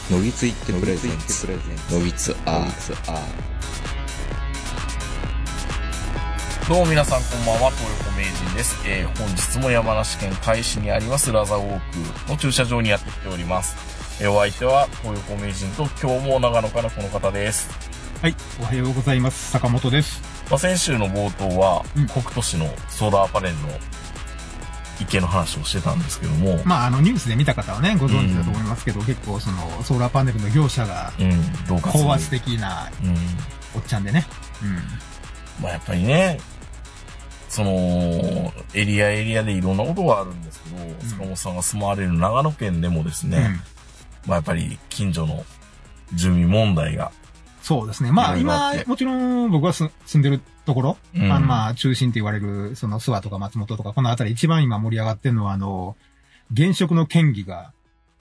のぎついってプレゼンツのぎつアどうも皆さんこんばんは、東横名人です。本日も山梨県甲斐市にありますラザーウォークの駐車場にやってきております。お相手は東横名人と今日も長野からこの方です。 はい、おはようございます。坂本です。 先週の冒頭は、北斗市のソーダアパレルの池の話をしてたんですけども。 ニュースで見た方はね、ご存知だと思いますけど、結構その、ソーラーパネルの業者が、高圧的な、おっちゃんでね。 やっぱりね、その、エリアでいろんなことがあるんですけど、坂本さんが住まわれる長野県でもですね、やっぱり近所の住民問題が。 そうですね。今、もちろん僕が住んでるところ、中心って言われる、その諏訪とか松本とか、この辺り一番今盛り上がってるのは、現職の県議が。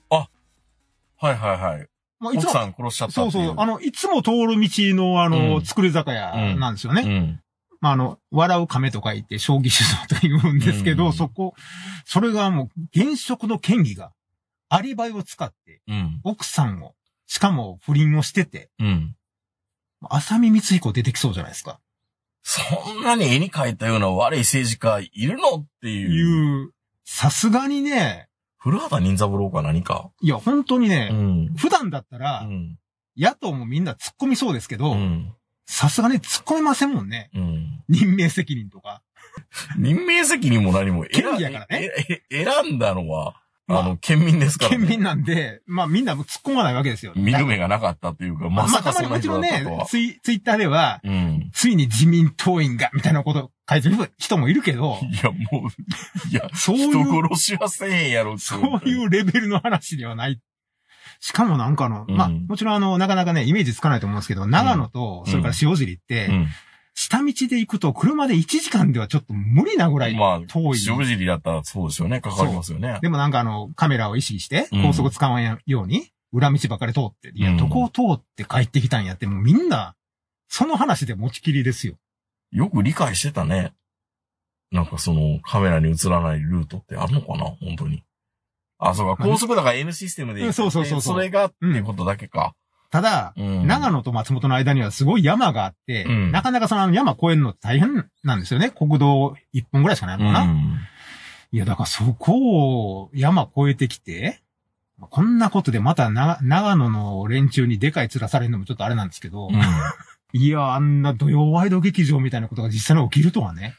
奥さん殺しちゃったっていう。 そう。いつも通る道の作り酒屋なんですよね。笑う亀とか言って、将棋酒造と言うんですけど、それがもう、現職の県議が、アリバイを使って、奥さんを、しかも不倫をしてて、浅見光彦出てきそうじゃないですか。 そんなに絵に描いたような悪い政治家いるのっていう。 さすがにね。 古畑任三郎か何か。 いや、本当にね、普段だったら、野党もみんな突っ込みそうですけど、さすがに突っ込めませんもんね。任命責任とか。 任命責任も何も県議やからね。 選んだのは、県民ですからね。 県民なんで、みんな突っ込まないわけですよ。 見る目がなかったというか、まさかそんな人だったとは。 もちろんね、ツイッターでは、ついに自民党員が、みたいなこと書いてる人もいるけど。 そういう。人殺しはせえへんやろって。 そういうレベルの話ではない。しかもなんかもちろんなかなかね、イメージつかないと思うんですけど、長野と、それから塩尻って、下道で行くと車で1時間ではちょっと無理なぐらい遠い。 塩尻だったらそうですよね。かかりますよね。 でもなんかカメラを意識して、高速使わんように、裏道ばかり通って、どこを通って帰ってきたんやって、もうみんな、その話で持ちきりですよ。 よく理解してたね。なんかそのカメラに映らないルートってあるのかな本当に。そうか、高速だから N システムで行く、ね。そう。それがっていうことだけか。 ただ、長野と松本の間にはすごい山があって、なかなかその山越えるの大変なんですよね。国道1本ぐらいしかないのかな。いや、だからそこを山越えてきて、こんなことでまた長野の連中にでかい面されるのもちょっとあれなんですけど、いや、あんな土曜ワイド劇場みたいなことが実際に起きるとはね。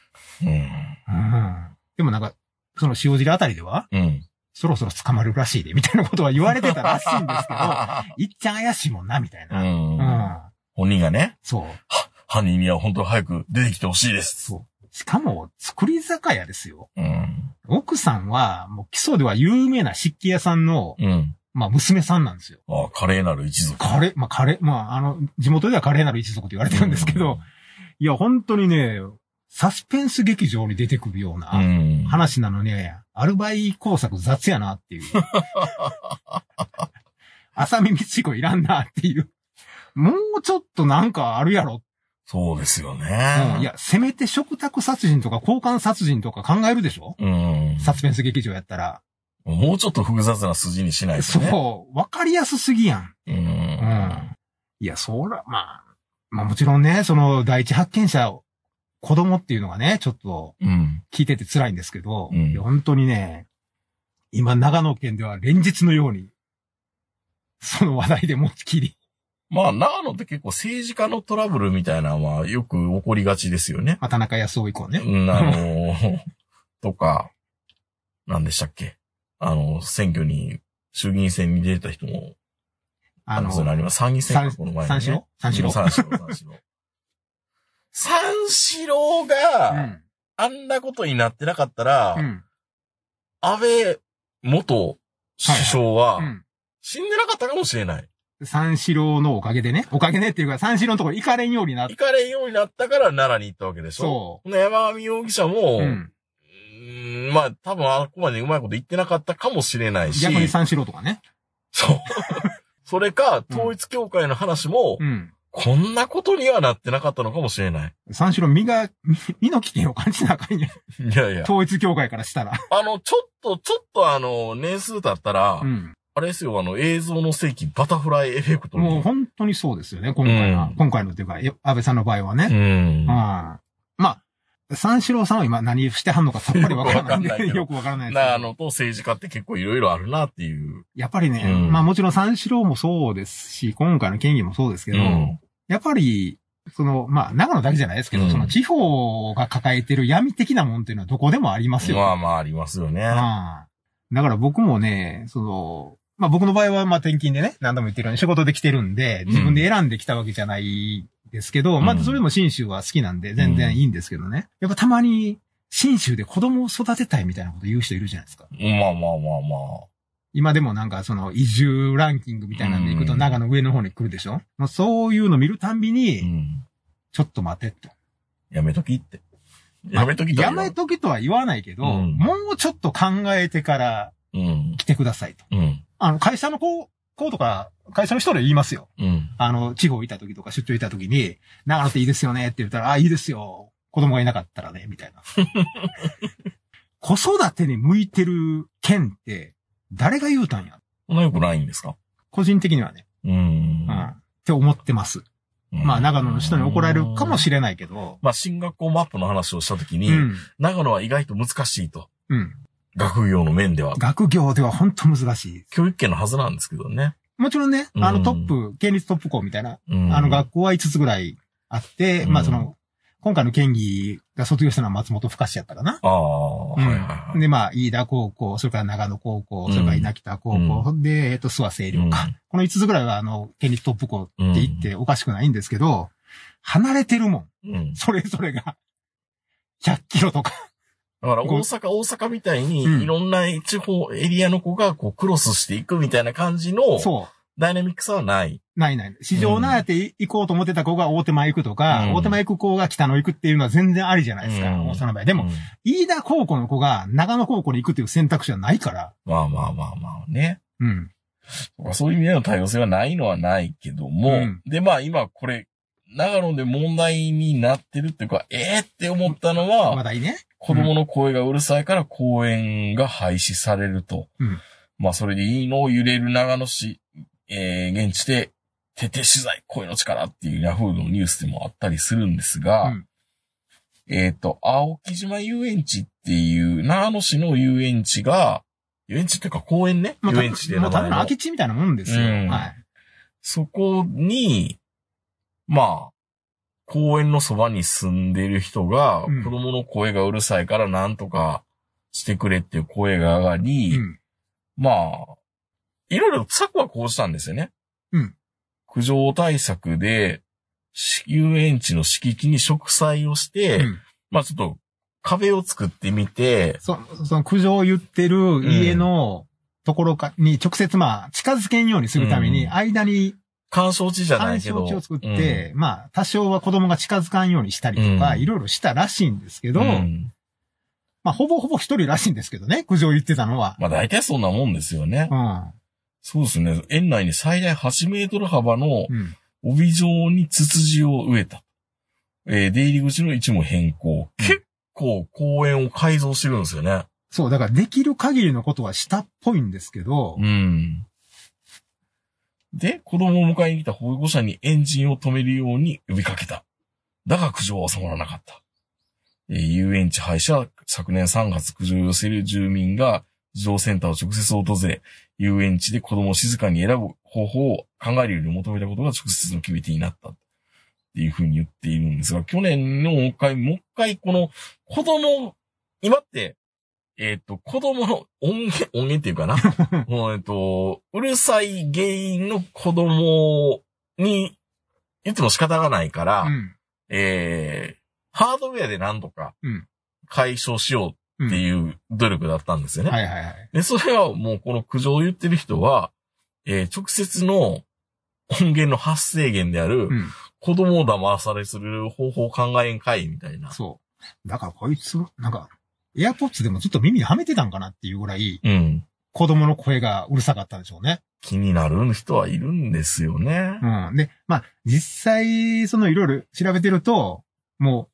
でもなんか、その塩尻あたりでは、そろそろ捕まるらしいで、みたいなことは言われてたらしいんですけど、いっちゃん怪しいもんな、みたいな。 本人がね。 そう。 犯人には本当に早く出てきてほしいです。 そう。しかも、作り酒屋ですよ。奥さんは、もう基礎では有名な漆器屋さんの、娘さんなんですよ。 華麗なる一族。 地元では華麗なる一族って言われてるんですけど、いや、本当にね、サスペンス劇場に出てくるような話なのに、アルバイ工作雑やなっていう。浅見光彦いらんなっていう。もうちょっとなんかあるやろ。 そうですよね。 いや、せめて食卓殺人とか交換殺人とか考えるでしょサスペンス劇場やったら。 もうちょっと複雑な筋にしないとね。 そう。わかりやすすぎやん。いや、もちろんね、その第一発見者を、子供っていうのがね、ちょっと、聞いてて辛いんですけど、いや本当にね、今長野県では連日のように、その話題で持ちきり。 長野って結構政治家のトラブルみたいなのはよく起こりがちですよね。 田中康夫以降ね。 とか、何でしたっけ選挙に、衆議院選に出た人も、参議選挙この前に、ね。三四郎三四郎が、あんなことになってなかったら、安倍元首相は、死んでなかったかもしれない。 三四郎のおかげでね。おかげでっていうか、三四郎のところ行かれんようになった。 行かれんようになったから奈良に行ったわけでしょ。そう。山上容疑者も、多分あこまでうまいこと言ってなかったかもしれないし。 逆に三四郎とかね。 そう。それか、統一教会の話も、こんなことにはなってなかったのかもしれない。 三四郎身の危険を感じなあかんやん。 いやいや。 統一教会からしたら。 ちょっと年数経ったら、 あれですよ、映像の世紀バタフライエフェクト。 もう本当にそうですよね、今回のっていうか、安倍さんの場合はね。まあ、三四郎さんは今何してはんのかさっぱりわからないんで、よくわからないですけど。 と政治家って結構いろいろあるなっていう。 やっぱりね、まあもちろん三四郎もそうですし、今回の県議もそうですけど、やっぱり、まあ、長野だけじゃないですけど、その地方が抱えてる闇的なもんっていうのはどこでもありますよ。 まあありますよね。だから僕もね、まあ僕の場合はまあ転勤でね、何度も言ってるように仕事で来てるんで、自分で選んできたわけじゃないですけど、まあそれでも信州は好きなんで全然いいんですけどね。やっぱたまに信州で子供を育てたいみたいなこと言う人いるじゃないですか。 まあ。 今でもなんか移住ランキングみたいなんで行くと長野上の方に来るでしょ。もうそういうの見るたんびに、ちょっと待てと。 やめときって。やめときとは言わないけど、もうちょっと考えてから来てくださいと。会社の子とか、会社の人で言いますよ。地方いた時とか出張いた時に、長野っていいですよねって言ったら、いいですよ。子供がいなかったらね、みたいな。子育てに向いてる県って、誰が言うたんや。 そんな良くないんですか？ 個人的にはね。って思ってます。まあ、長野の人に怒られるかもしれないけど。 まあ、進学校マップの話をしたときに、長野は意外と難しいと。学業の面では。 学業では本当難しい。 教育圏のはずなんですけどね。 もちろんね、県立トップ校みたいな、学校は5つぐらいあって、まあ今回の県議が卒業したのは松本深志やったかな。で、まあ、飯田高校、それから長野高校、それから稲北高校、で、諏訪清涼か。この5つぐらいは、県立トップ校って言っておかしくないんですけど、離れてるもん。それぞれが、100キロとか。 だから大阪みたいに、いろんな地方エリアの子がこうクロスしていくみたいな感じの、ダイナミックさはない。 ない。市場なやって行こうと思ってた子が大手間行くとか、大手間行く子が北野行くっていうのは全然ありじゃないですか、大阪の場合。でも、飯田高校の子が長野高校に行くっていう選択肢はないから。 まあね。そういう意味での多様性はないのはないけども、で、まあ今これ、長野で問題になってるっていうか、って思ったのは、 話題ね。 子供の声がうるさいから公園が廃止されると。まあそれでいいのを揺れる長野市、現地で徹底取材、声の力っていうヤフーのニュースでもあったりするんですが、青木島遊園地っていう長野市の遊園地が、遊園地っていうか公園ね。遊園地で名前の。 ただの空き地みたいなもんですよ。 そこに、まあ、公園のそばに住んでる人が、子供の声がうるさいからなんとかしてくれっていう声が上がり、まあ、いろいろ策は講じたんですよね。苦情対策で、遊園地の敷地に植栽をして、まあちょっと壁を作ってみて、 その苦情を言ってる家のところに直接まあ近づけんようにするために、間に干渉地じゃないけど。 干渉地を作って、まあ多少は子供が近づかんようにしたりとか、いろいろしたらしいんですけど、まあほぼ一人らしいんですけどね、苦情言ってたのは。 まあ大体そんなもんですよね。そうですね。園内に最大8メートル幅の帯状にツツジを植えた。出入り口の位置も変更。結構公園を改造してるんですよね。 そう、だからできる限りのことはしたっぽいんですけど。 で、子供を迎えに来た保護者にエンジンを止めるように呼びかけた。だが苦情は収まらなかった。遊園地廃止は昨年3月苦情を寄せる住民が児童センターを直接訪れ、遊園地で子供を静かに選ぶ方法を考えるように求めたことが直接の決め手になったっていうふうに言っているんですが、去年のもう一回この子供、今って、子供の音源っていうかなうるさい原因の子供に言っても仕方がないから、ハードウェアで何とか解消しようっていう努力だったんですよね。で、それはもうこの苦情を言ってる人は、直接の音源の発生源である、子供を騙されする方法を考えんかいみたいな。 そう。だからこいつ、なんか、エアポッツでもずっと耳にはめてたんかなっていうぐらい、子供の声がうるさかったんでしょうね。 気になる人はいるんですよね。 で、まあ、実際、いろいろ調べてると、も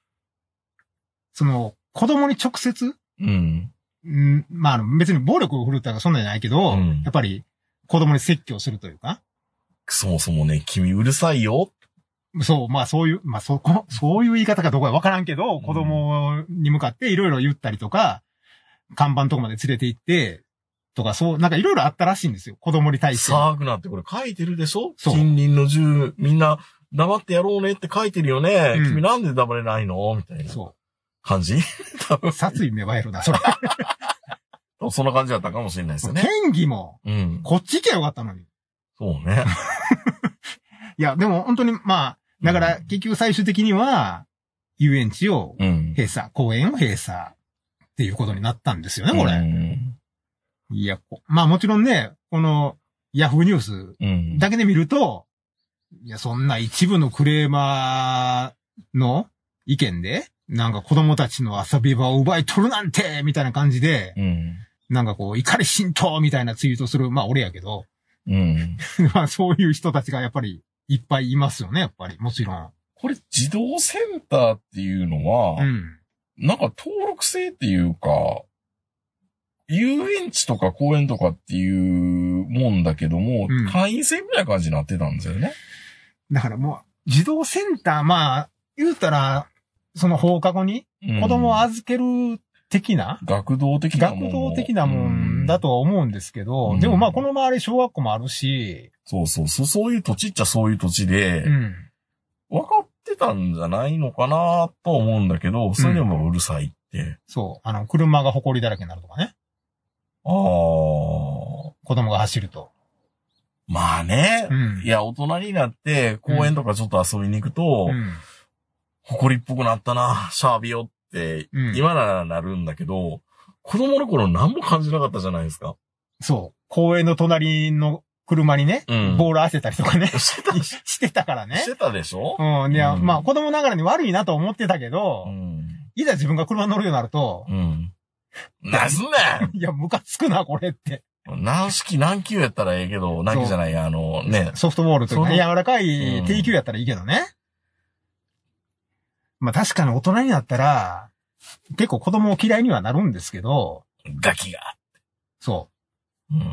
う、子供に直接、まあ、別に暴力を振るったらそんなんじゃないけど、やっぱり、 子供に説教するというか。 そもそもね、君うるさいよ。 そう、まあそういう、まあそういう言い方かどうかわからんけど、子供に向かっていろいろ言ったりとか、看板とかまで連れて行って、とかそう、なんかいろいろあったらしいんですよ。子供に対して。 騒ぐなってこれ書いてるでしょ？近隣の住、みんな黙ってやろうねって書いてるよね。君なんで黙れないのみたいな。そう。感じ？多分。 殺意芽生えるな、それ。 そんな感じだったかもしれないですよね。 県議も、こっち行けばよかったのに。 そうね。 いや、でも本当に、まあ、だから結局最終的には、遊園地を閉鎖、公園を閉鎖っていうことになったんですよね、これ。いや、まあもちろんね、このヤフーニュースだけで見ると、いや、そんな一部のクレーマーの意見で、なんか子供たちの遊び場を奪い取るなんてみたいな感じで、なんかこう、怒り浸透みたいなツイートする、まあ俺やけど、まあそういう人たちがやっぱりいっぱいいますよね、やっぱり。もちろん。 これ児童センターっていうのは、なんか登録制っていうか、遊園地とか公園とかっていうもんだけども、会員制みたいな感じになってたんですよね。 だからもう、児童センター、まあ、言うたら、その放課後に子供を預ける的な、 学童的なもんだとは思うんですけど、でもまあこの周り小学校もあるし、 そういう土地っちゃそういう土地で、分かってたんじゃないのかなと思うんだけど、それでもうるさいって。 そう、車が埃だらけになるとかね。子供が走ると。 まあね、いや、大人になって公園とかちょっと遊びに行くと、埃っぽくなったな、シャービよって、今ならなるんだけど、子供の頃何も感じなかったじゃないですか。 そう。公園の隣の車にね、ボール当てたりとかね。してたからね。 してたでしょ？ いや、まあ子供ながらに悪いなと思ってたけど、いざ自分が車乗るようになると、 なんすんねんいや、ムカつくな、これって。 何球やったらええけど、何球じゃない、ね。 ソフトボールというか、柔らかい低球やったらいいけどね。まあ確かに大人になったら、結構子供を嫌いにはなるんですけど。 ガキが。 そう。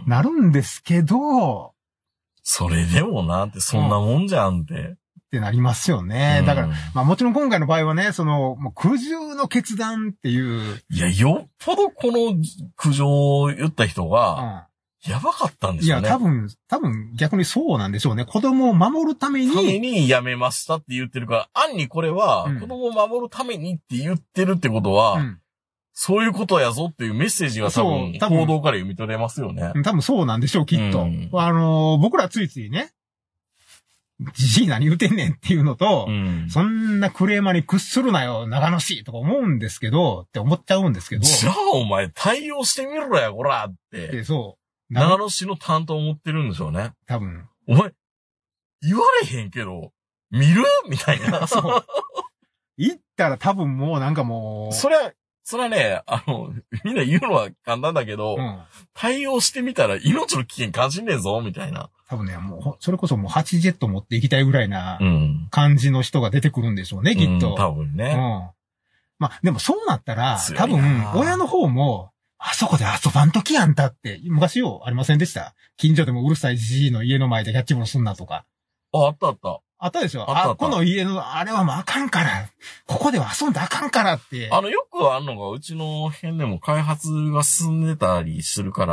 なるんですけど。 それでもなって、そんなもんじゃんって。 ってなりますよね。だから、まあもちろん今回の場合はね、もう苦渋の決断っていう。 いや、よっぽどこの苦情を言った人が、やばかったんでしょうね。 いや、多分逆にそうなんでしょうね。子供を守るために。 やめましたって言ってるから、暗にこれは、子供を守るためにって言ってるってことは、そういうことやぞっていうメッセージが多分、行動から読み取れますよね。 多分そうなんでしょう、きっと。僕らついついね、じじい何言うてんねんっていうのと、そんなクレーマーに屈するなよ、長野市とか思うんですけど、って思っちゃうんですけど。 じゃあお前対応してみろや、こらって。 そう。 長野市の担当を持ってるんでしょうね。 多分。 お前、言われへんけど、見るみたいな。 そう。言ったら多分もうなんかもう。 それはね、みんな言うのは簡単だけど、対応してみたら命の危険感じんねんぞ、みたいな。 多分ね、もう、それこそもう8ジェット持っていきたいぐらいな感じの人が出てくるんでしょうね、きっと。 多分ね。 まあ、でもそうなったら、多分、親の方も、あそこで遊ばんときやんたって、昔よ、ありませんでした？近所でもうるさいじじいの家の前でキャッチボールすんなとか。 あったあった。 あったでしょ？この家の、あれはもうあかんから。ここでは遊んだらあかんからって。 よくあんのが、うちの辺でも開発が進んでたりするから、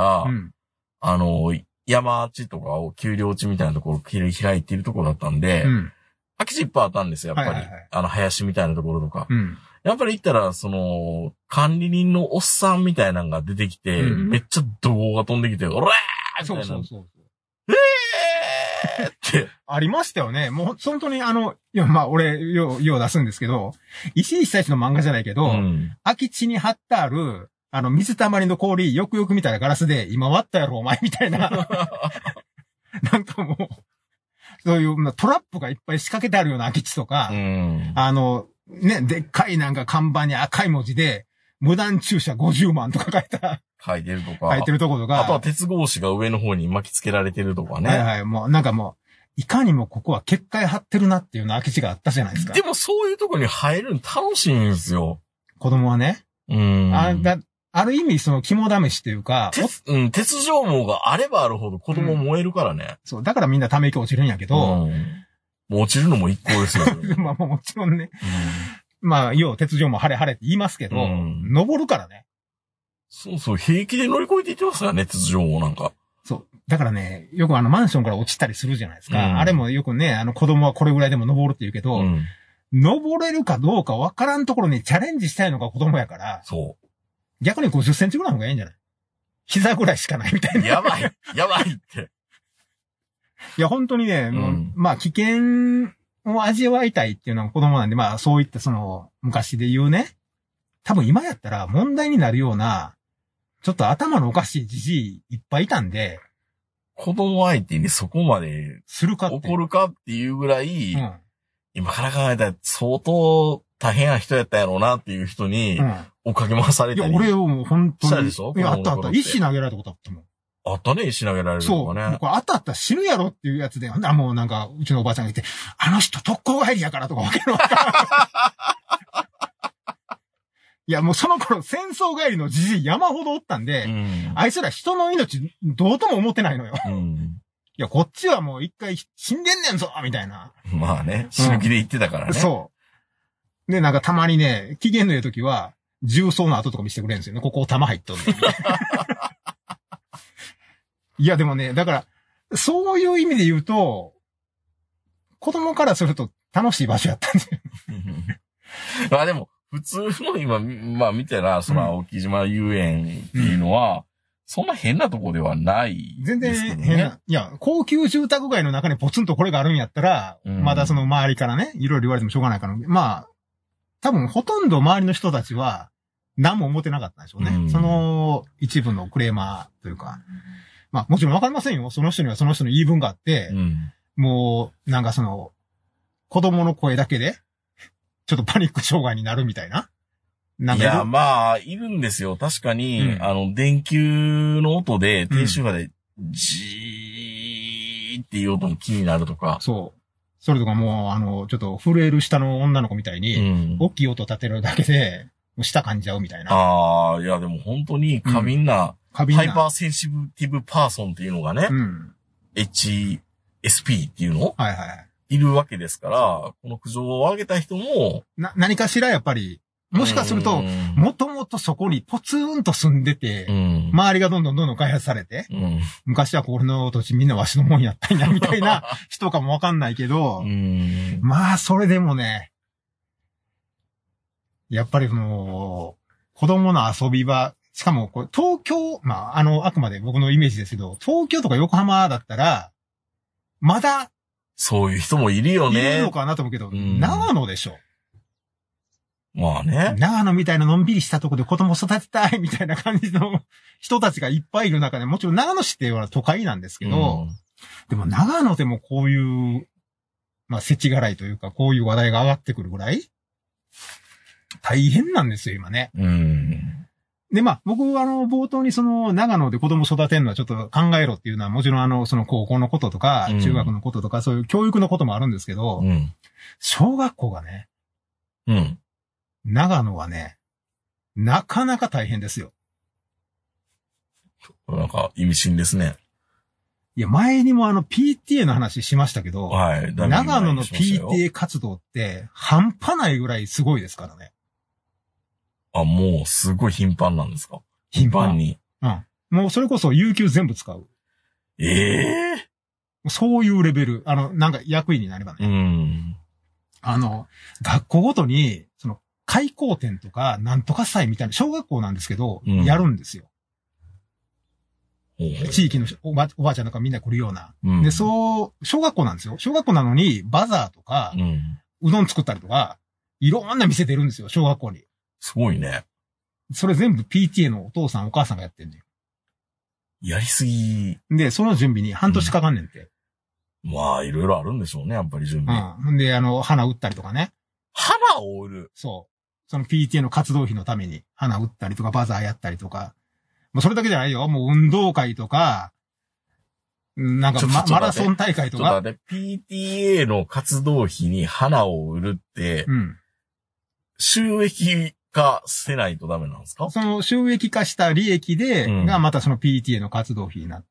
山地とかを丘陵地みたいなところ開いているところだったんで、空き地いっぱいあったんですよ、やっぱり。林みたいなところとか。やっぱり行ったら、管理人のおっさんみたいなのが出てきて、めっちゃ怒号が飛んできて、おらーみたいな。そう。って。 ありましたよね。もう、本当にいや、まあ、俺、よう出すんですけど、石井久志の漫画じゃないけど、空き地に貼ってある、水たまりの氷、よくよく見たらガラスで、今割ったやろ、お前、みたいな。なんかもう、そういうトラップがいっぱい仕掛けてあるような空き地とか、ね、でっかいなんか看板に赤い文字で、無断駐車50万とか書いてるとか。 書いてるとことか。 あとは鉄格子が上の方に巻き付けられてるとかね。 はい。もうなんかもう、いかにもここは結界張ってるなっていうの空き地があったじゃないですか。 でもそういうとこに入るの楽しいんですよ。 子供はね。 ある意味その肝試しというか、 鉄条網があればあるほど子供燃えるからね。 そう、だからみんなため息落ちるんやけど、 もう落ちるのも一個ですよ。 まあもちろんね、まあ、要鉄条網晴れ晴れって言いますけど、登るからね。 そうそう、平気で乗り越えていってますよね、鉄条網なんか。 そう。だからね、よくマンションから落ちたりするじゃないですか。あれもよくね、子供はこれぐらいでも登るって言うけど、登れるかどうかわからんところにチャレンジしたいのが子供やから、 そう。 逆に50センチぐらいの方がいいんじゃない？膝ぐらいしかないみたいな。 やばいって。 いや、本当にね、まあ、危険を味わいたいっていうのは子供なんで、まあ、そういった昔で言うね、多分今やったら問題になるような、ちょっと頭のおかしいじじいいっぱいいたんで、 子供相手にそこまでするかって怒るかっていうぐらい、今から考えたら相当大変な人やったやろうなっていう人に、追っかけ回されたり。 いや、俺をもう本当に。 したでしょ？ いや、あった。石投げられたことあったもん。 あったね、石投げられるとかね。 そう。これあった死ぬやろっていうやつで、もうなんか、うちのおばあちゃんがいて、あの人特攻帰りやからとかわけのわからん。いや、もうその頃戦争帰りのじじい山ほどおったんで、あいつら人の命どうとも思ってないのよ。いや、こっちはもう一回死んでんねんぞみたいな。 まあね、死ぬ気で言ってたからね。 そう。で、なんかたまにね、機嫌の言うときは、重曹の跡とか見せてくれるんですよね。ここ弾入っとんねん。いや、でもね、だから、そういう意味で言うと、子供からすると楽しい場所やったんですよ。 まあでも、普通の今、まあ見たら、青木島遊園っていうのは、そんな変なとこではないですけどね。 全然変な。いや、高級住宅街の中にポツンとこれがあるんやったら、まだ周りからね、いろいろ言われてもしょうがないから、まあ、多分ほとんど周りの人たちは、何も思ってなかったんでしょうね。一部のクレーマーというか。まあ、もちろんわかりませんよ。その人にはその人の言い分があって、もう、なんか子供の声だけで、ちょっとパニック障害になるみたいな。 いや、まあ、いるんですよ。確かに、電球の音で、低周波で、ジーっていう音も気になるとか。 そう。それとかもう、ちょっと震える下の女の子みたいに、大きい音立てるだけで、舌噛んじゃうみたいな。 ああ、いやでも本当に過敏な、ハイパーセンシティブパーソンっていうのがね、HSP っていうのいるわけですから、この苦情を上げた人も、 何かしらやっぱり、もしかすると、もともとそこにポツンと住んでて、周りがどんどん開発されて、昔はこの土地みんなわしのもんやったんや、みたいな人かもわかんないけど、まあ、それでもね、やっぱり子供の遊び場、しかも東京、まあ、あくまで僕のイメージですけど、東京とか横浜だったら、まだ、 そういう人もいるよね。 いるのかなと思うけど、長野でしょ。 まあね。 長野みたいなのんびりしたとこで子供育てたいみたいな感じの人たちがいっぱいいる中で、もちろん長野市っていうのは都会なんですけど、でも長野でもこういう、まあ、世知辛いというか、こういう話題が上がってくるぐらい、大変なんですよ、今ね。で、まあ、僕は冒頭に長野で子供育てるのはちょっと考えろっていうのは、もちろん高校のこととか、中学のこととか、そういう教育のこともあるんですけど、小学校がね、長野はね、なかなか大変ですよ。 なんか、意味深ですね。 いや、前にもPTA の話しましたけど、長野の PTA 活動って半端ないぐらいすごいですからね。 あ、もうすごい頻繁なんですか？頻繁に。 もうそれこそ有給全部使う。そういうレベル。なんか役員になればね。学校ごとに、開校展とか、なんとか祭みたいな、小学校なんですけど、やるんですよ。地域のおばあちゃんとかみんな来るような。で、小学校なんですよ。小学校なのに、バザーとか、うどん作ったりとか、いろんな店出るんですよ、小学校に。 すごいね。 それ全部 PTA のお父さんお母さんがやってんねん。 やりすぎ。 で、その準備に半年かかんねんて。 まあ、いろいろあるんでしょうね、やっぱり準備。 で、花売ったりとかね。 花を売る？ そう。その PTA の活動費のために花売ったりとか、バザーやったりとか。もうそれだけじゃないよ。もう運動会とか、なんかマラソン大会とか。 ちょっと待って、PTA の活動費に花を売るって、収益化せないとダメなんですか？ その収益化した利益で、がまたその PTA の活動費になって、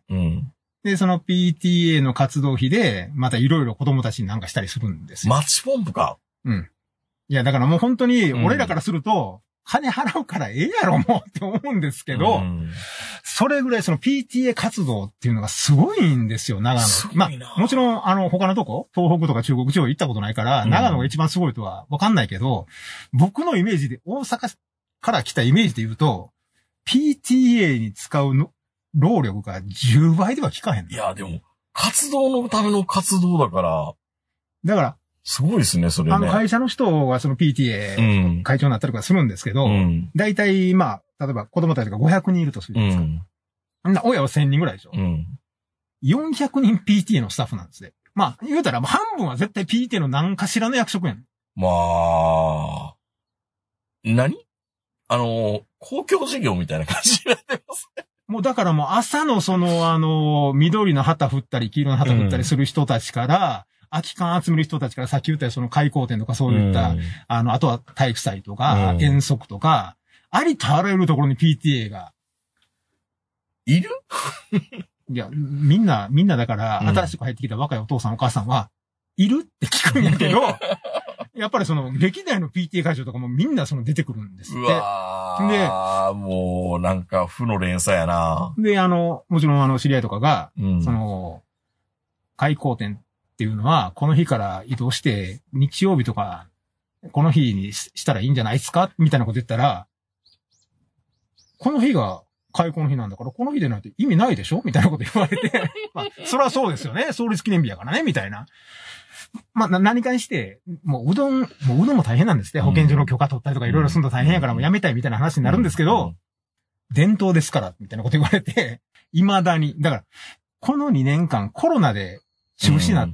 で、その PTA の活動費で、またいろいろ子供たちになんかしたりするんですよ。 マッチポンプか。 いや、だからもう本当に、俺らからすると、金払うからええやろ、もうって思うんですけど、それぐらいその PTA 活動っていうのがすごいんですよ、長野。まあ、もちろん、他のとこ、東北とか中国地方行ったことないから、長野が一番すごいとはわかんないけど、僕のイメージで、大阪から来たイメージで言うと、PTA に使うの労力が10倍では効かへん。 いや、でも、活動のための活動だから、 だから、 すごいですね、それね。 会社の人がその PTA 会長になったりとかするんですけど、大体、まあ、例えば子供たちが500人いるとするじゃないですか。親は1000人ぐらいでしょ。400人 PTA のスタッフなんですね。まあ、言うたら半分は絶対 PTA の何かしらの役職やん。 まあ、何公共事業みたいな感じになってますね。 もうだからもう朝のその緑の旗振ったり黄色の旗振ったりする人たちから、空き缶集める人たちからさっき言ったよその開港店とかそういった、あとは体育祭とか、遠足とか、ありとあらゆるところに PTA が。 いるいや、みんなだから、新しく入ってきた若いお父さんお母さんは、いるって聞くんやけど、やっぱりその、歴代の PTA 会長とかもみんなその出てくるんですって。 うわー、もう、なんか負の連鎖やな。 で、もちろん知り合いとかが、その、開港店っていうのは、この日から移動して、日曜日とか、この日にしたらいいんじゃないですかみたいなこと言ったら、この日が開港の日なんだから、この日でなんて意味ないでしょみたいなこと言われて、まあ、それはそうですよね。創立記念日やからね、みたいな。まあ、何かにして、もううどんも大変なんですって。保健所の許可取ったりとかいろいろするの大変やからもうやめたいみたいな話になるんですけど、伝統ですから、みたいなこと言われて、未だに。だから、この2年間コロナで中止になって、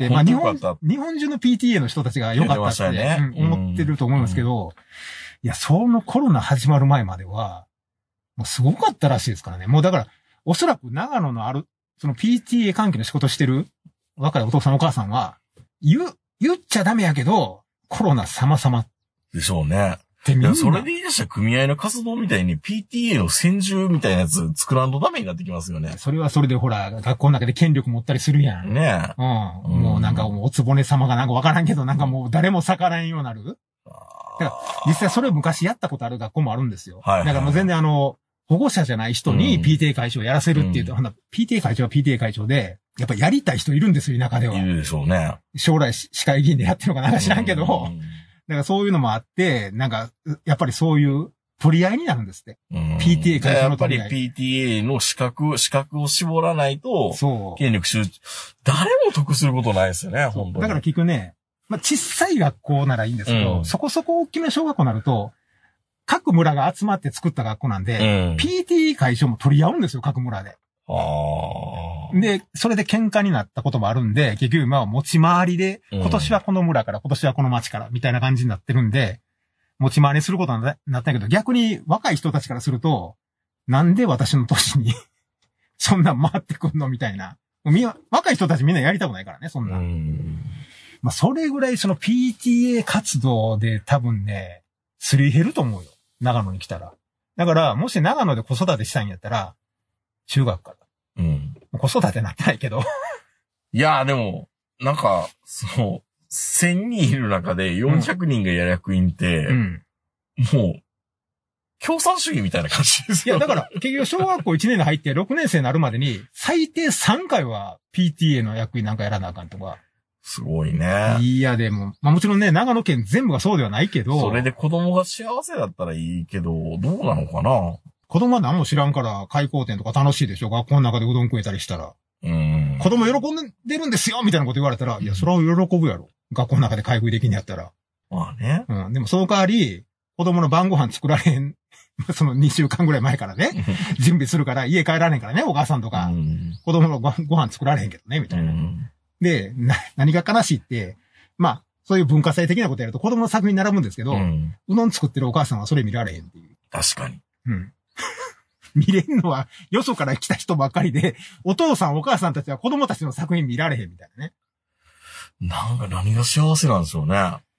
まあ日本中の PTA の人たちが良かったって思ってると思いますけど、いや、そのコロナ始まる前までは、もうすごかったらしいですからね。もうだから、おそらく長野のその PTA 関係の仕事してる若いお父さんお母さんは、言っちゃダメやけど、コロナ様々。 でしょうね。いや、それで言い出した組合の活動みたいに PTA の先住みたいなやつ作らんとダメになってきますよね。 それはそれでほら、学校の中で権力持ったりするやん。 ねえ。 もうなんかおつぼね様がなんかわからんけど、なんかもう誰も逆らえんようになる。だから実際それを昔やったことある学校もあるんですよ。だからもう全然保護者じゃない人に PTA 会長をやらせるっていうと、PTA 会長は PTA 会長で、やっぱやりたい人いるんですよ、田舎では。 いるでしょうね。 将来市会議員でやってるのかなんか知らんけど、だからそういうのもあって、なんか、やっぱりそういう取り合いになるんですって。PTA 会長の取り合い。 やっぱり PTA の資格を絞らないと、 そう。 権力誰も得することないですよね、本当に。 だから聞くね、まあ、小さい学校ならいいんですけど、そこそこ大きな小学校になると、各村が集まって作った学校なんで、PTA 会長も取り合うんですよ、各村で。で、それで喧嘩になったこともあるんで、結局今は持ち回りで、今年はこの村から今年はこの町から、みたいな感じになってるんで、持ち回りすることになったけど、逆に若い人たちからすると、なんで私の年に、そんなん回ってくんのみたいな。若い人たちみんなやりたくないからね、そんな。まあ、それぐらいその PTA 活動で多分ね、すり減ると思うよ。長野に来たら。だから、もし長野で子育てしたいんやったら、中学から。子育てなってないけど。 いや、でも、なんか、1000人いる中で400人がやる役員って、もう、共産主義みたいな感じですよ。 いや、だから、結局小学校1年で入って6年生になるまでに、最低3回は PTA の役員なんかやらなあかんとか。 すごいね。 いや、でも、まあもちろんね、長野県全部がそうではないけど。 それで子供が幸せだったらいいけど、どうなのかな？ 子供は何も知らんから、開校店とか楽しいでしょ？学校の中でうどん食えたりしたら。子供喜んでるんですよみたいなこと言われたら、いや、それは喜ぶやろ。学校の中で開封できんやったら。 まあね。 でもその代わり、子供の晩ご飯作られへん。その2週間ぐらい前からね、準備するから家帰られへんからね、お母さんとか。子供のご飯作られへんけどね、みたいな。で、何が悲しいって、まあ、そういう文化祭的なことやると子供の作品に並ぶんですけど、うどん作ってるお母さんはそれ見られへんっていう。 確かに。 見れんのは、よそから来た人ばっかりで、お父さんお母さんたちは子供たちの作品見られへんみたいなね。 なんか何が幸せなんでしょうね。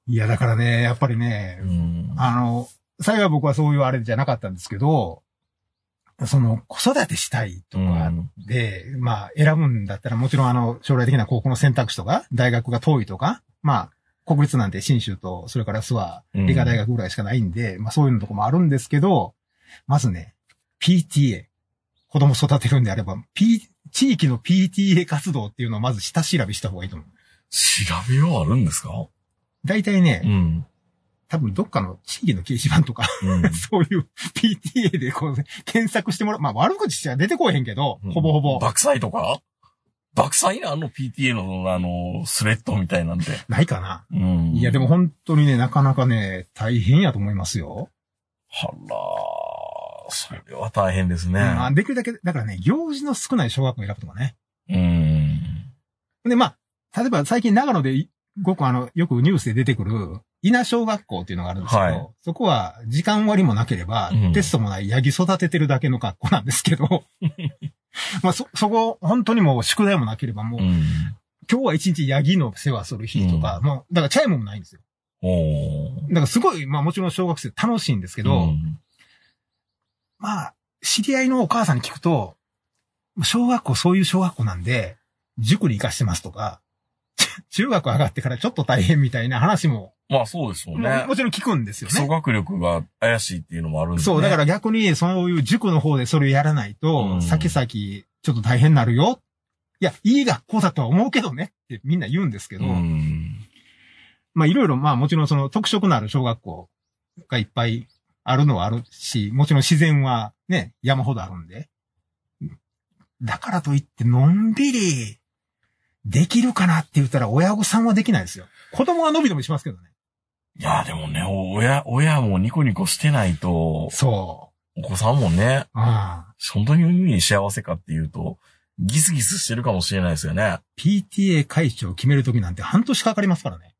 いや、だからね、やっぱりね、幸い僕はそういうあれじゃなかったんですけど、その、子育てしたいとかで、まあ、選ぶんだったらもちろん将来的な高校の選択肢とか、大学が遠いとか、まあ、国立なんて信州と、それから諏訪、理科大学ぐらいしかないんで、まあそういうのとこもあるんですけど、まずね、PTA、子供育てるんであれば、地域の PTA 活動っていうのをまず下調べした方がいいと思う。 調べようあるんですか？ 大体ね、多分どっかの地域の掲示板とか、そういう PTA でこう、検索してもらう。まあ悪口しか出てこえへんけど、ほぼほぼ。 爆災とか爆災なPTA のスレッドみたいなんて。 ないかな。いやでも本当にね、なかなかね、大変やと思いますよ。 はらー、それは大変ですね。 できるだけ、だからね、行事の少ない小学校を選ぶとかね。で、まあ、例えば最近長野で、ごくよくニュースで出てくる、稲小学校っていうのがあるんですけど、そこは時間割もなければ、テストもないヤギ育ててるだけの学校なんですけど、まあそこ、本当にもう宿題もなければもう、今日は一日ヤギの世話する日とか、もう、だからチャイムもないんですよ。だからすごい、まあもちろん小学生楽しいんですけど、まあ、知り合いのお母さんに聞くと、小学校そういう小学校なんで、塾に行かしてますとか、中学上がってからちょっと大変みたいな話も。 まあそうですよね。 もちろん聞くんですよね。 基礎学力が怪しいっていうのもあるんで、ね。 そう、だから逆にそういう塾の方でそれやらないと、先々ちょっと大変になるよ。いや、いい学校だとは思うけどねってみんな言うんですけど、まあいろいろまあもちろんその特色のある小学校がいっぱいあるのはあるし、もちろん自然はね、山ほどあるんで。だからといってのんびり、できるかなって言ったら親御さんはできないですよ。子供は伸び伸びしますけどね。 いや、でもね、親もニコニコしてないと。 そう。 お子さんもね。本当に幸せかっていうと、ギスギスしてるかもしれないですよね。 PTA 会長を決めるときなんて半年かかりますからね。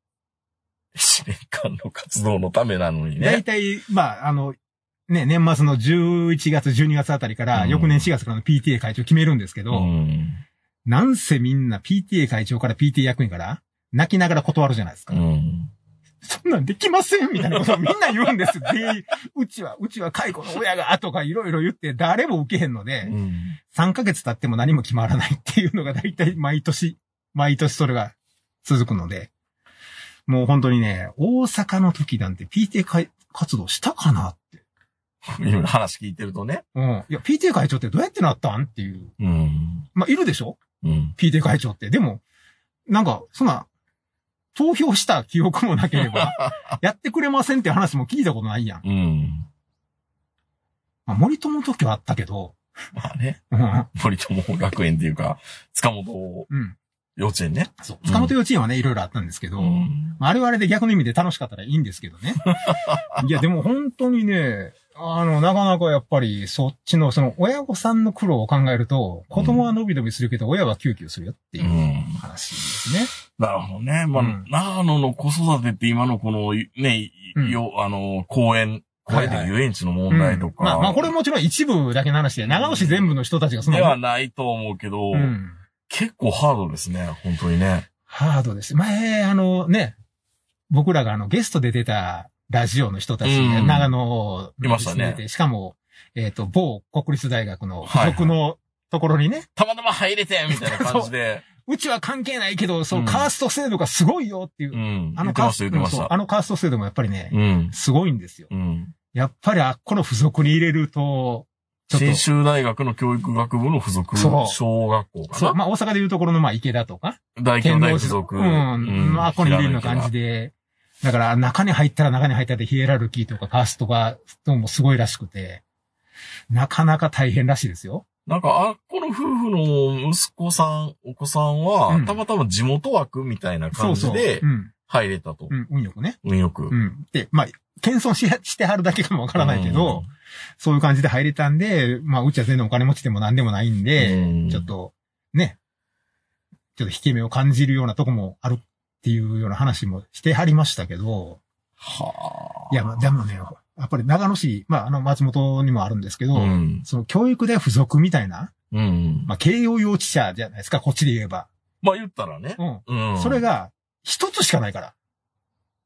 1年間の活動のためなのにね。 大体、まあ、ね、年末の11月、12月あたりから、翌年4月からの PTA 会長を決めるんですけど、なんせみんな PTA 会長から PTA 役員から泣きながら断るじゃないですか。そんなんできませんみたいなことをみんな言うんですよ。うちは介護の親がとかいろいろ言って誰も受けへんので、3ヶ月経っても何も決まらないっていうのが大体毎年それが続くので、もう本当にね、大阪の時なんて PTA 活動したかなって。 今話聞いてるとね。 いや、PTA 会長ってどうやってなったんっていう。まあ、いるでしょPTA 会長って。でも、なんか、そんな、投票した記憶もなければ、やってくれませんって話も聞いたことないやん。まあ、森友の時はあったけど。 まあね。森友学園っていうか、塚本幼稚園ね。 そう。塚本幼稚園はね、いろいろあったんですけど、あれはあれで逆の意味で楽しかったらいいんですけどね。いや、でも本当にね、なかなかやっぱりそっちの、その親御さんの苦労を考えると、子供は伸び伸びするけど、親はキューキューするよっていう話ですね。 なるほどね。まあ、長野の子育てって今のこの、ね、公園で遊園地の問題とか。 まあ、これもちろん一部だけの話で、長野市全部の人たちがその。 ではないと思うけど、結構ハードですね、本当にね。 ハードです。前、ね、僕らがゲストで出たラジオの人たち、長野いましたね。 しかも、某国立大学の付属のところにね。 たまたま入れてみたいな感じで。 うちは関係ないけど、そのカースト制度がすごいよっていう。 言ってました。 カースト制度もやっぱりね、すごいんですよ。やっぱりこの付属に入れると、 信州大学の教育学部の付属小学校かな。 そう。まあ大阪でいうところの池田とか。 大京大附属。 まあここに入れるような感じで。だから中に入ったでヒエラルキーとかカーストがもすごいらしくて。なかなか大変らしいですよ。 なんか、この夫婦の息子さん、お子さんは、たまたま地元枠みたいな感じで、入れたと。 運よくね。 運よく。 で、まあ、謙遜してはるだけかもわからないけど、そういう感じで入れたんで、まあ、うちは全然お金持ちでも何でもないんで、ちょっと、ね、ちょっと引け目を感じるようなとこもあるっていうような話もしてはりましたけど、いや、でもね、やっぱり長野市、まあ、松本にもあるんですけど、その教育で付属みたいな、まあ、慶応幼稚舎じゃないですか、こっちで言えば。 まあ、言ったらね。 それが、一つしかないから。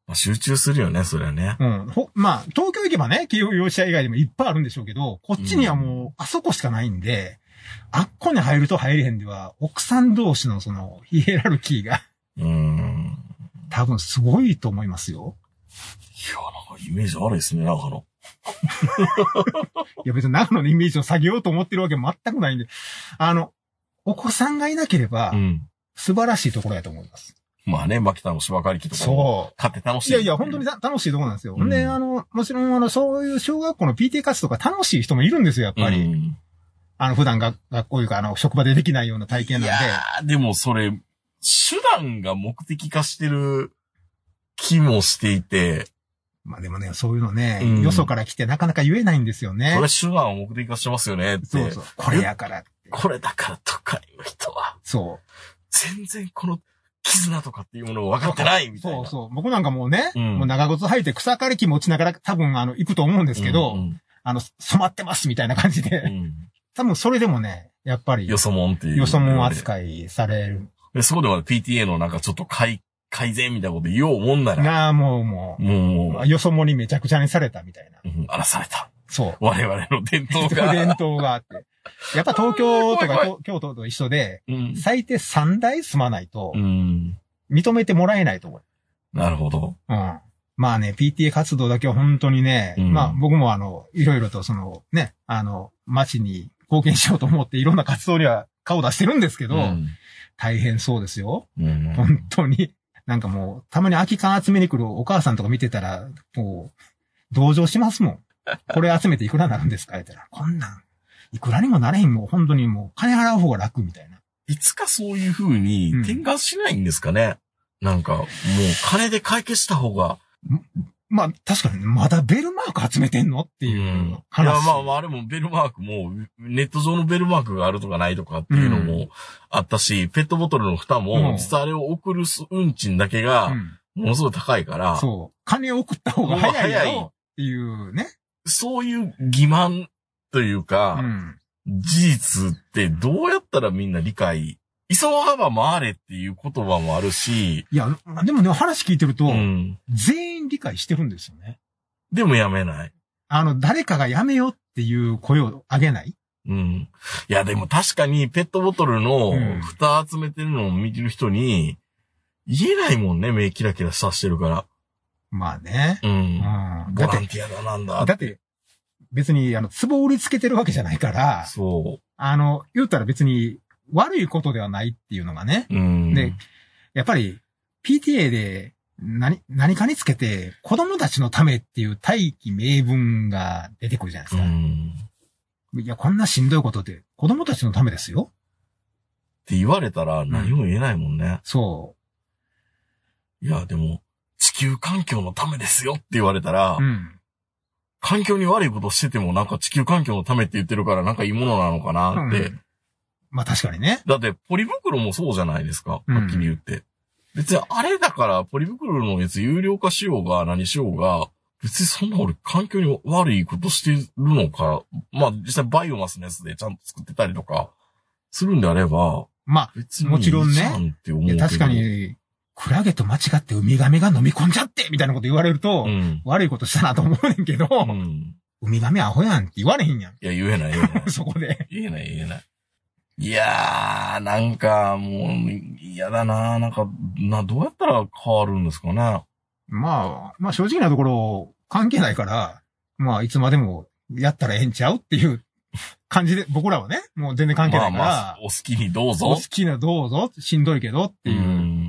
まあ、集中するよね、それはね。 うん。まあ、東京行けばね、企業用車以外でもいっぱいあるんでしょうけど、こっちにはもう、あそこしかないんで、あっこに入ると入れへんでは、奥さん同士のその、ヒエラルキーが、多分すごいと思いますよ。 いや、なんかイメージ悪いですね、長野。 いや、別に長野のイメージを下げようと思ってるわけ全くないんで、お子さんがいなければ、素晴らしいところやと思います。 まあね、牧田の芝刈り機とかそう。 買って楽しい。 いやいや、本当に楽しいところなんですよ。で、もちろん、そういう小学校の PTA 活動が楽しい人もいるんですよ、やっぱり。普段学校いうか、職場でできないような体験なんで。 いやー、でもそれ、手段が目的化してる気もしていて。 まあでもね、そういうのね、よそから来てなかなか言えないんですよね。 それ手段を目的化してますよねって。 そうそう。これやからって。 これだから都会の人は。 そう。 全然この、絆とかっていうものを分かってないみたいな。 そうそう。僕なんかもうね、もう長靴履いて草刈り機持ちながら多分行くと思うんですけど、染まってますみたいな感じで、多分それでもね、やっぱり。 よそもんっていう。 よそもん扱いされる。 で、そこでは PTA のなんかちょっと改善みたいなこと言おうもんなら。 なあ、もう、よそもんにめちゃくちゃにされたみたいな。 荒らされた。 そう。 我々の伝統が。 伝統があって。やっぱ東京とか京都と一緒で、最低3台住まないと、認めてもらえないと思う。 なるほど。 まあね、PTA 活動だけは本当にね、まあ僕もいろいろとそのね、街に貢献しようと思っていろんな活動には顔出してるんですけど、大変そうですよ。本当に。なんかもう、たまに空き缶集めに来るお母さんとか見てたら、もう、同情しますもん。これ集めていくらになるんですか言ったら、こんなん、いくらにもなれへんもん、本当にもう、金払う方が楽みたいな。 いつかそういう風に転換しないんですかね、なんか、もう金で解決した方が。 まあ、確かに、まだベルマーク集めてんのっていう話。 いや、まあ、あれもベルマークも、ネット上のベルマークがあるとかないとかっていうのもあったし、ペットボトルの蓋も、実はあれを送る運賃だけが、ものすごい高いから。 そう。金を送った方が早いよっていうね。 そういう欺瞞というか、事実ってどうやったらみんな理解、急がば回れっていう言葉もあるし。 いや、でもね、話聞いてると、全員理解してるんですよね。 でもやめない。 誰かがやめようっていう声を上げない？ いや、でも確かにペットボトルの蓋集めてるのを見てる人に、言えないもんね、目キラキラさしてるから。 まあね。 ボランティアだなんだ。 だって、別に、壺売りつけてるわけじゃないから、 そう。 言ったら別に悪いことではないっていうのがね。で、やっぱり、PTA で何かにつけて、子供たちのためっていう大義名分が出てくるじゃないですか。いや、こんなしんどいことって子供たちのためですよ。 って言われたら何も言えないもんね。 そう。 いや、でも、地球環境のためですよって言われたら、環境に悪いことしててもなんか地球環境のためって言ってるからなんかいいものなのかなって。 まあ確かにね。 だってポリ袋もそうじゃないですか。はっきり言って。別にあれだからポリ袋のやつ有料化しようが何しようが、別にそんな俺環境に悪いことしてるのか。まあ実際バイオマスのやつでちゃんと作ってたりとかするんであれば。 まあ、もちろんね。いや確かに、クラゲと間違ってウミガメが飲み込んじゃってみたいなこと言われると、悪いことしたなと思うねんけど、ウミガメアホやんって言われへんやん。いや、言えない。 そこで。 言えない。いやー、なんか、もう、嫌だな。なんか、どうやったら変わるんですかね。 まあ正直なところ、関係ないから、まあいつまでもやったらええんちゃうっていう感じで、僕らはね、もう全然関係ないから。まあ、 お好きにどうぞ。 お好きなどうぞ。しんどいけどっていう。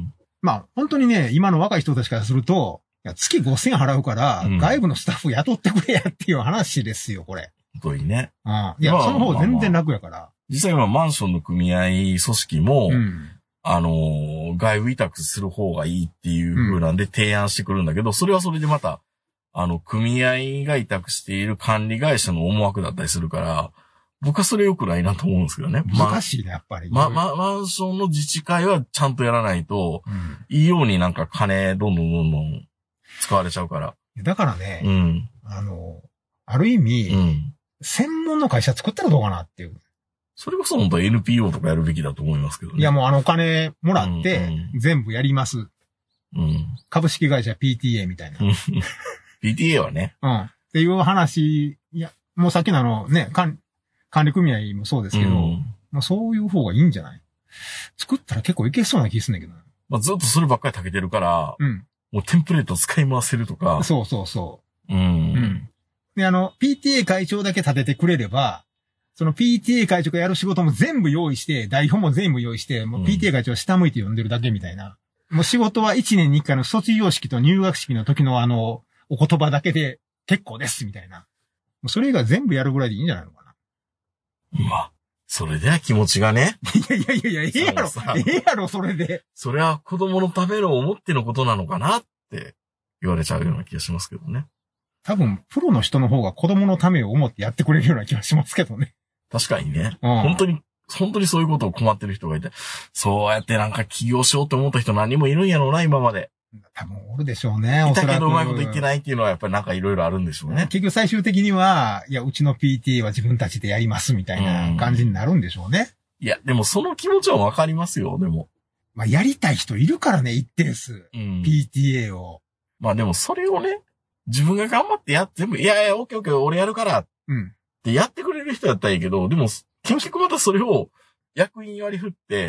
まあ、本当にね、今の若い人たちからすると、いや月5000払うから、外部のスタッフ雇ってくれやっていう話ですよ、これ。 本当にね。 いや、その方全然楽やから。 実際今マンションの組合組織も、外部委託する方がいいっていう風なんで提案してくるんだけど、それはそれでまた、組合が委託している管理会社の思惑だったりするから、僕はそれ良くないなと思うんですけどね。 難しいね、やっぱり。 マンションの自治会はちゃんとやらないと、いいようになんか金どんどん使われちゃうから。 だからね、ある意味、専門の会社作ったらどうかなっていう。 それこそ本当 NPO とかやるべきだと思いますけどね。 いやもうお金もらって、全部やります。 うん。 株式会社 PTA みたいな。 PTA はね。 うん。っていう話、いや、もうさっきのね、管理組合もそうですけど、まあそういう方がいいんじゃない？作ったら結構いけそうな気すんだけど。 まあずっとそればっかり炊けてるから、 うん。 もうテンプレートを使い回せるとか。 そうそうそう。 うん。うん。で、PTA 会長だけ立ててくれれば、その PTA 会長がやる仕事も全部用意して、台本も全部用意して、もう PTA 会長は下向いて呼んでるだけみたいな。もう仕事は1年に1回の卒業式と入学式の時のお言葉だけで結構ですみたいな。もうそれ以外全部やるぐらいでいいんじゃないのかな。 まあ、それでは気持ちがね。 いや、ええやろ、それで。 それは子供のための思ってのことなのかなって言われちゃうような気がしますけどね。 多分、プロの人の方が子供のためを思ってやってくれるような気がしますけどね。 確かにね。本当にそういうことを困ってる人がいて、そうやってなんか起業しようと思った人何人もいるんやろうな、今まで。 多分おるでしょうね。 いたけどうまいこと言ってないっていうのはやっぱりなんかいろいろあるんでしょうね。 結局最終的には、いや、うちの PTA は自分たちでやりますみたいな感じになるんでしょうね。 いや、でもその気持ちはわかりますよ、でも。 まあ、やりたい人いるからね、一定数。PTA を。 まあでもそれをね、自分が頑張って全部、いや、オッケー、俺やるから。ってやってくれる人だったらいいけど、でも、結局またそれを役員割り振って、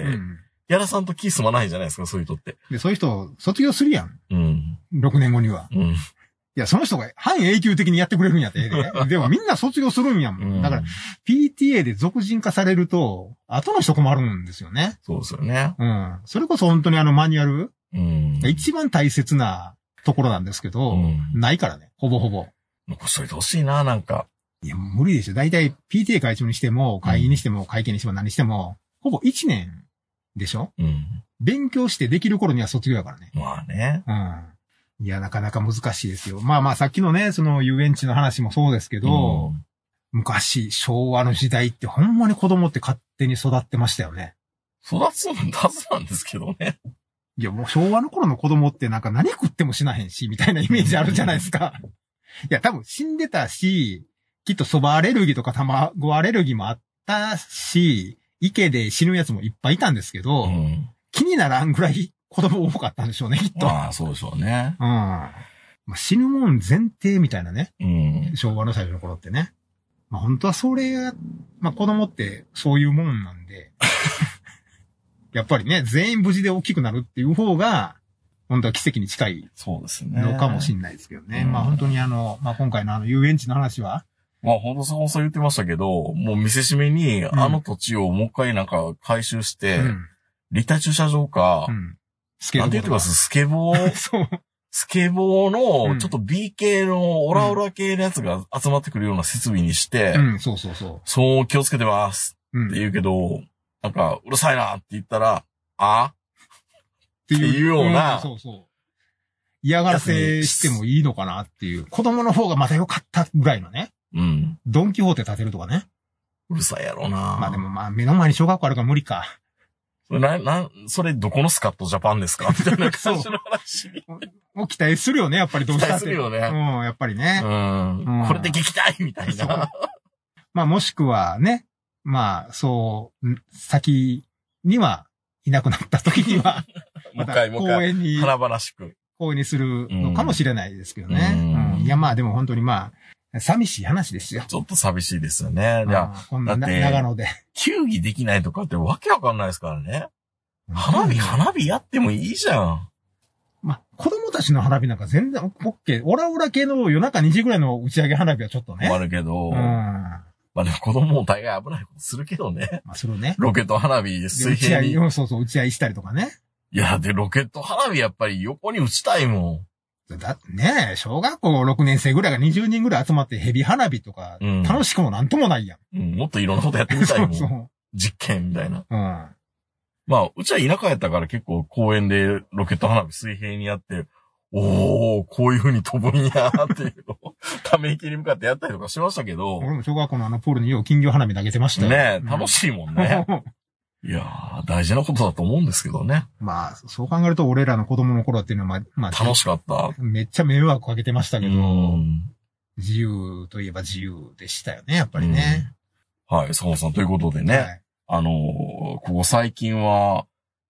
やらさんと気済まないじゃないですか、そういう人って。 で、そういう人、卒業するやん。6年後には。いや、その人が半永久的にやってくれるんやって、でもみんな卒業するんやもん。だから、PTA で俗人化されると、後の人困るんですよね。 そうですよね。 それこそ本当にマニュアルが一番大切なところなんですけど、ないからね、ほぼほぼ。 残しといてほしいな、なんか。 いや、無理でしょ。だいたい PTA 会長にしても、会議にしても、会見にしても何しても、ほぼ1年でしょ？勉強してできる頃には卒業やからね。 まあね。 いや、なかなか難しいですよ。まあ、さっきのね、その遊園地の話もそうですけど、昔、昭和の時代ってほんまに子供って勝手に育ってましたよね。 育つはずなんですけどね。 いや、もう昭和の頃の子供ってなんか何食っても死なへんし、みたいなイメージあるじゃないですか。いや、多分死んでたし、きっと蕎麦アレルギーとか卵アレルギーもあったし、池で死ぬやつもいっぱいいたんですけど、気にならんぐらい子供多かったんでしょうね、きっと。 ああ、そうでしょうね。 まあ、死ぬもん前提みたいなね。昭和の最初の頃ってね。まあ本当はそれが、まあ子供ってそういうもんなんで、やっぱりね、全員無事で大きくなるっていう方が、本当は奇跡に近いのかもしれないですけどね。まあ本当にまあ今回の遊園地の話は、 まあ、本当そう言ってましたけど、もう見せしめに、あの土地をもう一回なんか回収して、立体駐車場か、なんて言ってますスケボーそう。スケボーの、ちょっと B 系のオラオラ系のやつが集まってくるような設備にして、そう気をつけてます。って言うけど、なんか、うるさいなって言ったら、っていうような、 嫌がらせしてもいいのかなっていう。子供の方がまた良かったぐらいのね。ドンキホーテ建てるとかね。 うるさいやろうな。 まあでもまあ目の前に小学校あるから無理か。 それどこのスカットジャパンですかみたいな感じの話。 もう期待するよね、やっぱりどうしたって。 期待するよね。 やっぱりね。 これで撃退みたいな。 まあもしくはね、まあ先にはいなくなった時には、 もう一回、 公園に、 華々しく。 公園にするのかもしれないですけどね。いやまあでも本当にまあ、寂しい話ですよ。 ちょっと寂しいですよね。じゃあ、 こんな長野で。 球技できないとかってわけわかんないですからね。花火やってもいいじゃん。 まあ、子供たちの花火なんか全然 OK。オラオラ系の夜中2時ぐらいの打ち上げ花火はちょっとね。 あるけど。まあでも子供も大概危ないことするけどね。 まあするね。 ロケット花火水平に。 そう、打ち合いしたりとかね。 いや、で、ロケット花火やっぱり横に打ちたいもん。 だってね、小学校6年生ぐらいが20人ぐらい集まってヘビ花火とか、楽しくもなんともないやん。もっといろんなことやってみたいもん。そう実験みたいな。まあ、うちは田舎やったから結構公園でロケット花火水平にやって、こういう風に飛ぶんやっていうのを、ため池に向かってやったりとかしましたけど。 俺も小学校のプールによう金魚花火投げてましたよ。 ねえ、楽しいもんね。いやー、大事なことだと思うんですけどね。 まあ、そう考えると俺らの子供の頃っていうのは、まあ、 楽しかった。 めっちゃ迷惑かけてましたけど、自由といえば自由でしたよね、やっぱりね。 はい、坂本さんということでね。はい、ここ最近は、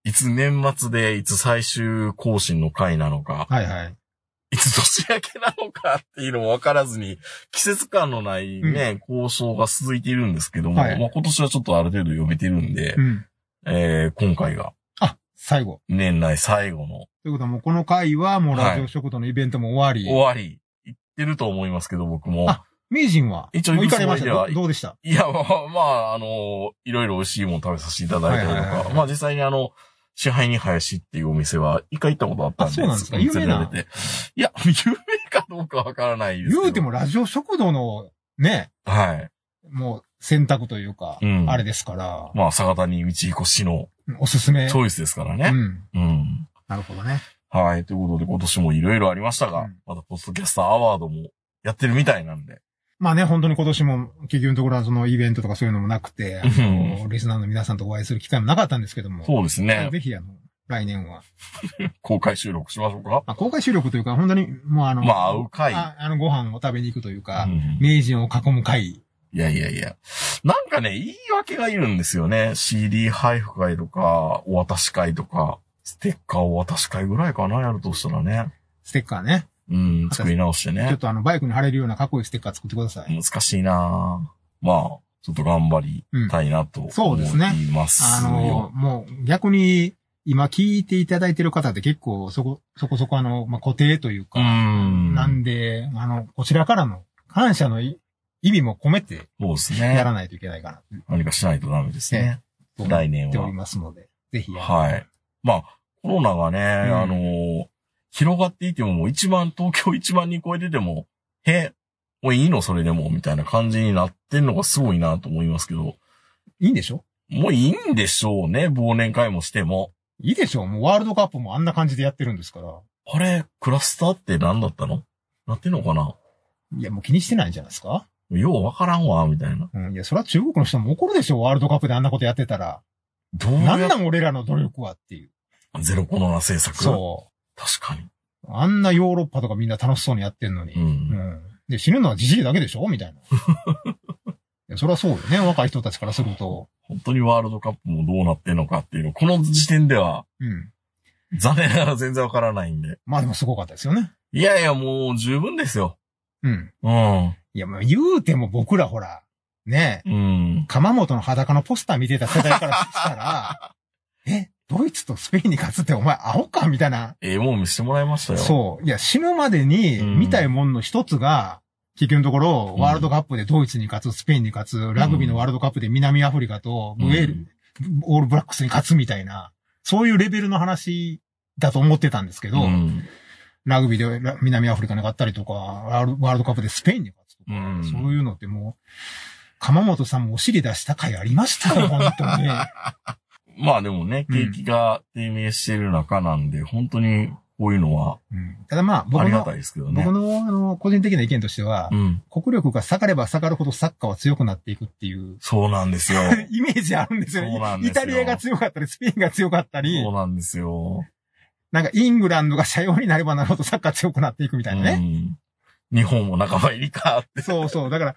いつ年末で、いつ最終更新の回なのか、 はいはい。 いつ年明けなのかっていうのも分からずに、季節感のないね、交渉が続いているんですけども、まあ今年はちょっとある程度読めてるんで、今回が。 最後。 年内最後の。 ということはもうこの回はもうラジオ食堂のイベントも終わり。 終わり。行ってると思いますけど、僕も。 名人は一応行かれました。どうでした？ いや、まあ、いろいろ美味しいもの食べさせていただいたりとか、まあ実際に支配人林っていうお店は一回行ったことあったんで。 そうなんですか？有名な。 いや、有名かどうかわからないですけど。 言うてもラジオ食堂のね。 はい。 もう選択というか、あれですから。 まあ、坂谷道彦氏のおすすめ。 チョイスですからね。 なるほどね。 はい。ということで今年もいろいろありましたが、またポストキャスターアワードもやってるみたいなんで。 まあね、本当に今年も結局のところはそのイベントとかそういうのもなくて、リスナーの皆さんとお会いする機会もなかったんですけども。 そうですね。 ぜひ来年は。 公開収録しましょうか。 公開収録というか、本当にもうまあ、会う会。 ご飯を食べに行くというか、名人を囲む会。 いや。なんかね、言い訳がいるんですよね。CD 配布会とか、お渡し会とか、ステッカーお渡し会ぐらいかな、やるとしたらね。 ステッカーね。 作り直してね。 ちょっとバイクに貼れるようなかっこいいステッカー作ってください。 難しいなぁ。まあ、ちょっと頑張りたいなと思います。そうですね。 もう逆に、今聞いていただいてる方って結構そこそこ固定というか、なんで、こちらからの感謝の意味も込めて、そうですね。やらないといけないかな。 何かしないとダメですね。来年は。 っておりますので、ぜひ。 はい。まあ、コロナがね、広がっていても、東京1万人超えてても、もういいのそれでも、みたいな感じになってんのがすごいなと思いますけど。 いいんでしょ？ もういいんでしょうね、忘年会もしても。 いいでしょう。もうワールドカップもあんな感じでやってるんですから。 あれ、クラスターって何だったの？なってんのかな？ いや、もう気にしてないんじゃないですか？ ようわからんわ、みたいな。 いや、それは中国の人も怒るでしょ、ワールドカップであんなことやってたら。なんなん俺らの努力はっていう。 ゼロコロナ政策。 そう。 確かに。 あんなヨーロッパとかみんな楽しそうにやってんのに。で、死ぬのはジジイだけでしょみたいな。いや、それはそうよね、若い人たちからすると。 本当にワールドカップもどうなってんのかっていうの、この時点では、残念ながら全然わからないんで。 まあでもすごかったですよね。 いや、もう十分ですよ。 いや、もう言うても僕らほら、ね鎌本の裸のポスター見てた世代からしたら、ドイツとスペインに勝つってお前アホかみたいな。 もう見せてもらいましたよ。 そう。いや、死ぬまでに見たいもんの一つが、結局のところ、ワールドカップでドイツに勝つ、スペインに勝つ、ラグビーのワールドカップで南アフリカとオールブラックスに勝つみたいな、そういうレベルの話だと思ってたんですけど、ラグビーで南アフリカに勝ったりとか、ワールドカップでスペインに勝つとか、そういうのってもう、鎌本さんもお尻出した回ありましたよ、本当に。 まあでもね、景気が低迷している中なんで、本当にこういうのは、 ただまあ、 ありがたいですけどね。 僕の個人的な意見としては、国力が下がれば下がるほどサッカーは強くなっていくっていう。 そうなんですよ。 イメージあるんですよね。そうなんですよ。イタリアが強かったり、スペインが強かったり。 そうなんですよ。 なんかイングランドが社用になればなるほどサッカー強くなっていくみたいなね。 日本も仲間入りかって。 そうそう。だから、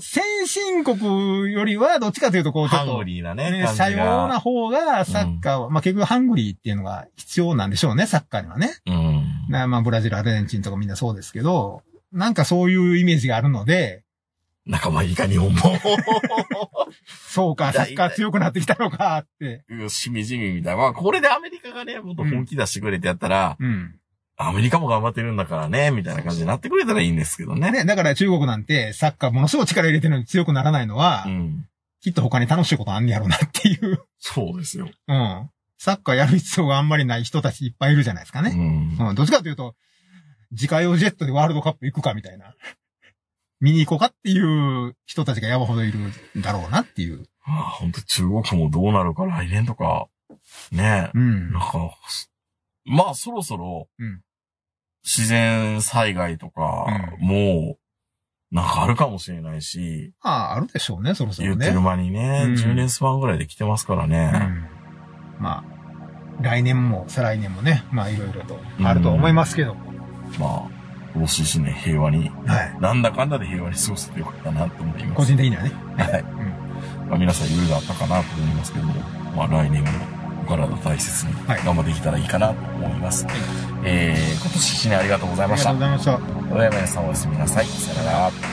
先進国よりは、どっちかというと、こう、ちょっと、 ハングリーなね。 社用な方が、サッカーは、まあ結局ハングリーっていうのが必要なんでしょうね、サッカーにはね。まあ、ブラジル、アルゼンチンとかみんなそうですけど、なんかそういうイメージがあるので、 仲間入りか、日本も。 そうか、サッカー強くなってきたのか、って。 しみじみみたいな。まあ、これでアメリカがね、もっと本気出してくれてやったら、アメリカも頑張ってるんだからね、みたいな感じになってくれたらいいんですけどね。 だから中国なんてサッカーものすごい力入れてるのに強くならないのは、きっと他に楽しいことあんねやろうなっていう。 そうですよ。 サッカーやる必要があんまりない人たちいっぱいいるじゃないですかね。どっちかというと、自家用ジェットでワールドカップ行くかみたいな。見に行こうかっていう人たちが山ほどいるんだろうなっていう。 本当中国もどうなるか来年とか、ねなんか、まあそろそろ、自然災害とか、もう、なんかあるかもしれないし。 あるでしょうね、そろそろね。 言ってる間にね、10年スパンぐらいで来てますからね。 まあ、来年も再来年もね、まあいろいろとあると思いますけど。 まあ、今年1年平和に、なんだかんだで平和に過ごせてよかったなと思います。 個人的にはね。 まあ皆さんいろいろあったかなと思いますけども、まあ来年もよ体大切に頑張っていけたらいいかなと思います。はい、今年1年ありがとうございました。 ありがとうございました。 おやまやさんおやすみなさい。さよなら。